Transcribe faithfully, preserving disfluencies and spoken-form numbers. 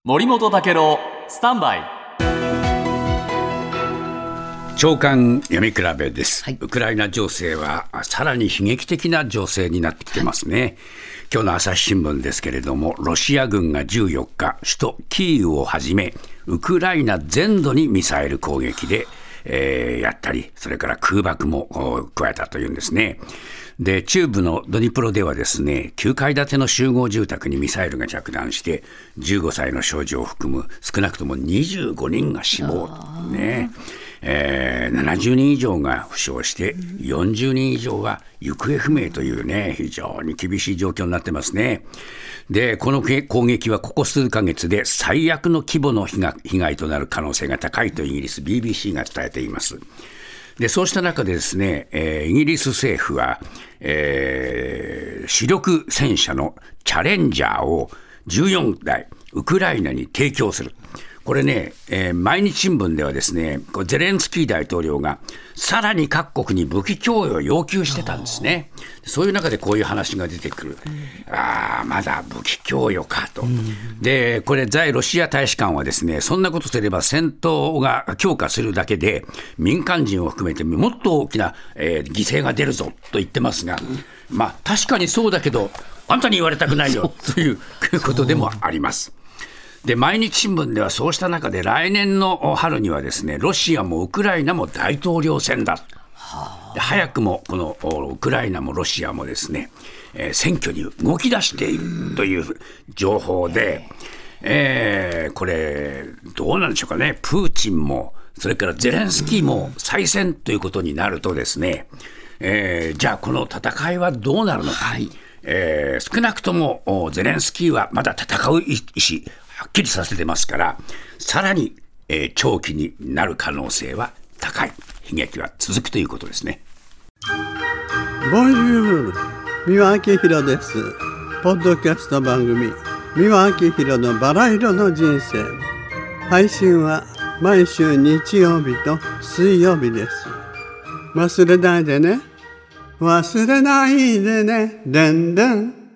森本武郎スタンバイ長官読み比べです、 はい、 ウクライナ情勢はさらに悲劇的な情勢になってきてますね、はい、今日の朝日新聞ですけれども、ロシア軍がじゅうよっか首都キーウをはじめウクライナ全土にミサイル攻撃で、えー、やったり、それから空爆も加えたというんですね。で、中部のドニプロではですね、きゅうかい建ての集合住宅にミサイルが着弾してじゅうごさいの少女を含む少なくともにじゅうごにんが死亡ね、えー、ななじゅうにん以上が負傷してよんじゅうにん以上は行方不明というね、非常に厳しい状況になってますね。で、この攻撃はここ数ヶ月で最悪の規模の被害、被害となる可能性が高いとイギリス ビービーシー が伝えています。で、そうした中でですね、えー、イギリス政府は、えー、主力戦車のチャレンジャーをじゅうよんだいウクライナに提供する。これね、えー、毎日新聞ではですね、ゼレンスキー大統領がさらに各国に武器供与を要求してたんですね。そういう中でこういう話が出てくる。ああ、まだ武器供与かと。で、これ在ロシア大使館はですね、そんなことすれば戦闘が強化するだけで民間人を含めてもっと大きな、えー、犠牲が出るぞと言ってますが、まあ確かにそうだけど、あんたに言われたくないよということでもあります。で、毎日新聞ではそうした中で来年の春にはですね、ロシアもウクライナも大統領選だ。で、早くもこのウクライナもロシアもですね、えー、選挙に動き出しているという情報で、えー、これどうなんでしょうかね。プーチンもそれからゼレンスキーも再選ということになるとですね、えー、じゃあこの戦いはどうなるのか、はい、えー、少なくともゼレンスキーはまだ戦う意思はっきりさせてますから、さらに、えー、長期になる可能性は高い。悲劇は続くということですね。 ボンジュール、三輪明宏です。ポッドキャスト番組三輪明宏のバラ色の人生、配信は毎週日曜日と水曜日です。忘れないでね、忘れないでね、でんでん。